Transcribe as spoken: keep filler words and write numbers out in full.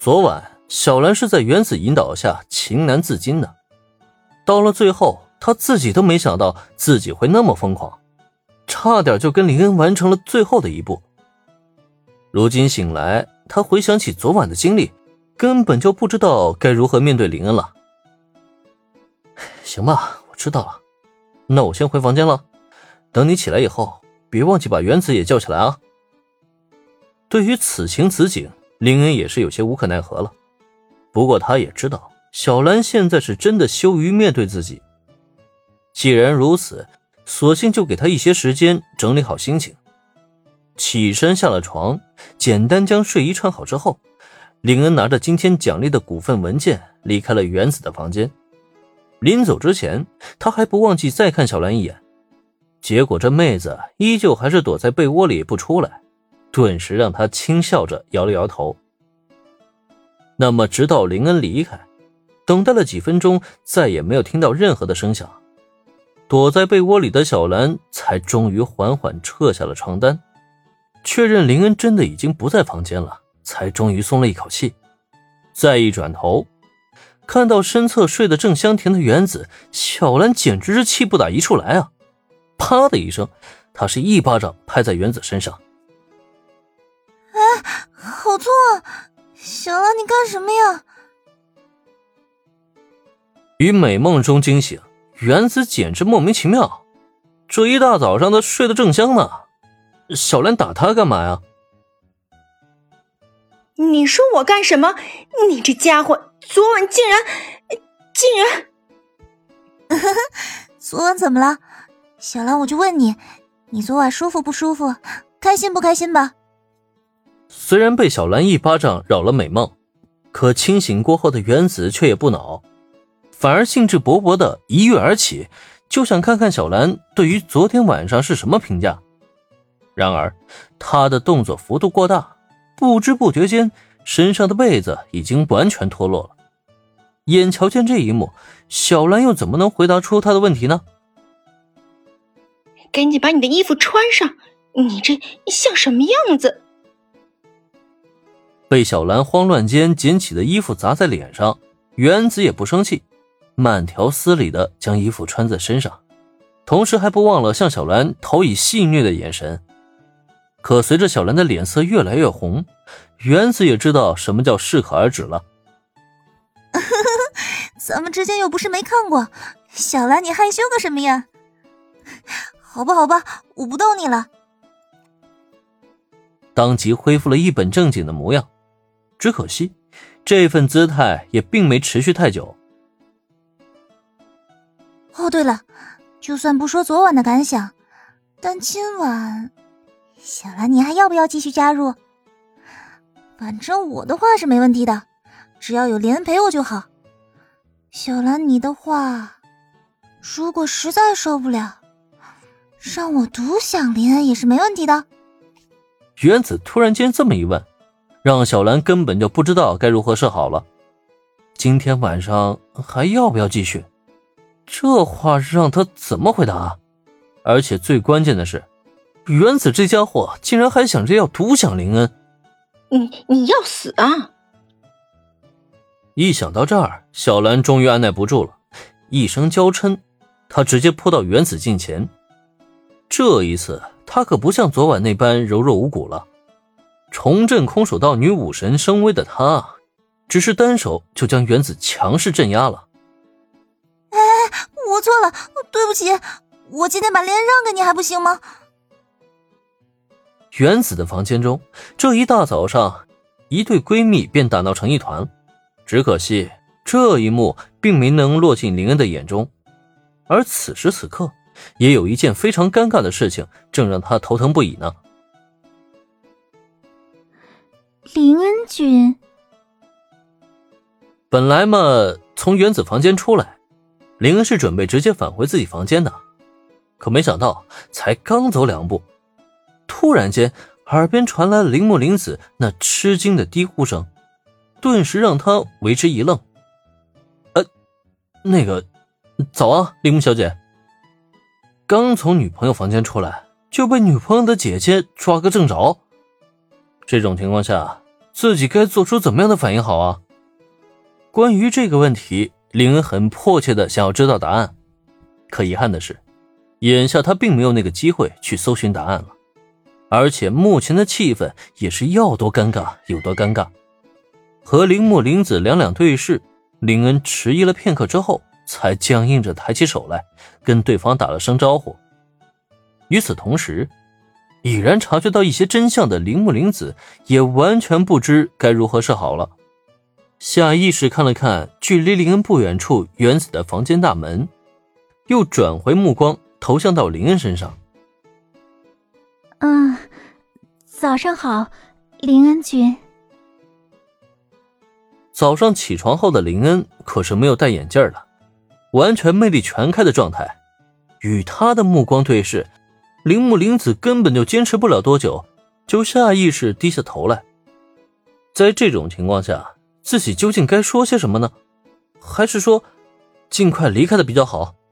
昨晚小兰是在原子引导下情难自禁的，到了最后她自己都没想到自己会那么疯狂，差点就跟林恩完成了最后的一步。如今醒来，她回想起昨晚的经历，根本就不知道该如何面对林恩了。行吧，我知道了，那我先回房间了，等你起来以后别忘记把原子也叫起来啊。对于此情此景，林恩也是有些无可奈何了。不过他也知道小兰现在是真的羞于面对自己，既然如此，索性就给他一些时间整理好心情。起身下了床，简单将睡衣穿好之后，林恩拿着今天奖励的股份文件离开了原子的房间。临走之前，他还不忘记再看小兰一眼，结果这妹子依旧还是躲在被窝里不出来，顿时让他轻笑着摇了摇头。那么直到林恩离开，等待了几分钟，再也没有听到任何的声响，躲在被窝里的小兰才终于缓缓撤下了床单，确认林恩真的已经不在房间了，才终于松了一口气。再一转头，看到身侧睡得正香甜的原子，小兰简直是气不打一处来啊！啪的一声，她是一巴掌拍在原子身上。 哎，好痛啊！小兰，你干什么呀？ 于美梦中惊醒，原子简直莫名其妙，这一大早上他睡得正香呢，小兰打他干嘛呀？ 你说我干什么？你这家伙昨晚竟然竟然昨晚怎么了？小兰，我就问你，你昨晚舒服不舒服？开心不开心吧？ 虽然被小兰一巴掌扰了美梦，可清醒过后的原子却也不恼，反而兴致勃勃地一跃而起，就想看看小兰对于昨天晚上是什么评价。然而他的动作幅度过大，不知不觉间身上的被子已经完全脱落了。眼瞧见这一幕，小兰又怎么能回答出他的问题呢？ 赶紧把你的衣服穿上，你这像什么样子？ 被小兰慌乱间捡起的衣服砸在脸上，原子也不生气，慢条斯理地将衣服穿在身上，同时还不忘了向小兰投以戏谑的眼神。可随着小兰的脸色越来越红，原子也知道什么叫适可而止了。 咱们之间又不是没看过，小兰你害羞个什么呀？好吧好吧，我不逗你了。 当即恢复了一本正经的模样，只可惜这份姿态也并没持续太久。 哦对了，就算不说昨晚的感想，但今晚小兰你还要不要继续加入？反正我的话是没问题的，只要有林恩陪我就好。小兰你的话，如果实在受不了，让我独享林恩也是没问题的。 原子突然间这么一问，让小兰根本就不知道该如何是好了。今天晚上还要不要继续？这话让他怎么回答啊？而且最关键的是，原子这家伙竟然还想着要独享林恩。 你你要死啊！ 一想到这儿，小兰终于按耐不住了，一声娇嗔，她直接扑到原子近前。这一次她可不像昨晚那般柔弱无骨了，重振空手道女武神声威的她，只是单手就将原子强势镇压了。 哎，我错了，对不起，我今天把林恩让给你还不行吗？ 原子的房间中，这一大早上一对闺蜜便打闹成一团，只可惜这一幕并没能落进林恩的眼中。而此时此刻，也有一件非常尴尬的事情正让他头疼不已呢。 林恩君， 本来嘛，从原子房间出来，林恩是准备直接返回自己房间的，可没想到才刚走两步，突然间耳边传来了铃木玲子那吃惊的低呼声，顿时让他为之一愣。呃，那个，早啊，铃木小姐。刚从女朋友房间出来，就被女朋友的姐姐抓个正着。这种情况下， 自己该做出怎么样的反应好啊？关于这个问题，林恩很迫切的想要知道答案，可遗憾的是，眼下他并没有那个机会去搜寻答案了，而且目前的气氛也是要多尴尬有多尴尬。和铃木玲子两两对视，林恩迟疑了片刻之后，才僵硬着抬起手来，跟对方打了声招呼。与此同时，已然察觉到一些真相的铃木玲子也完全不知该如何是好了，下意识看了看距离林恩不远处原子的房间大门，又转回目光投向到林恩身上。 嗯，早上好，林恩君。 早上起床后的林恩可是没有戴眼镜了，完全魅力全开的状态，与他的目光对视，铃木玲子根本就坚持不了多久，就下意识低下头来。在这种情况下，自己究竟该说些什么呢？还是说尽快离开的比较好？